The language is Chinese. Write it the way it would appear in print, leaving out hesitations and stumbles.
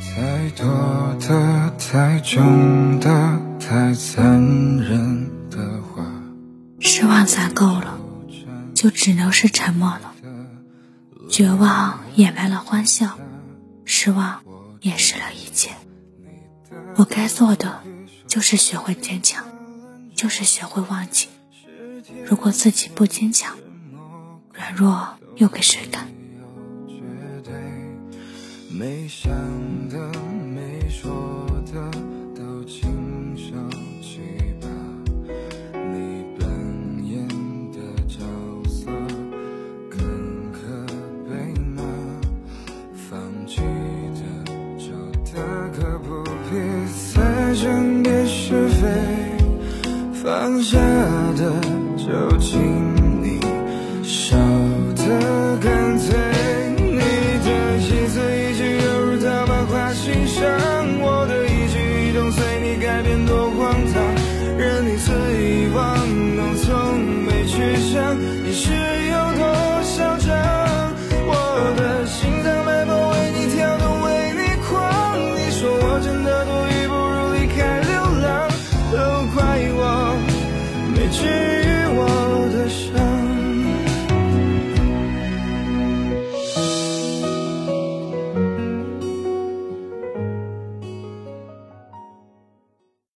太多的、太重的、太残忍的话， 失望攒够了，就只能是沉默了。绝望掩埋了欢笑，失望掩饰了一切。我该做的就是学会坚强，就是学会忘记。如果自己不坚强，软弱又给谁看？ 没想的、没说的都请收起吧。你扮演的角色更可悲吗？放弃的、找的可不必再争辩是非，放下的就请你少的干脆。欣赏我的一举一动，随你改变多荒唐，任你肆意妄动，从没去想你是有多嚣张。我的心脏脉搏为你跳动，为你狂，你说我真的多余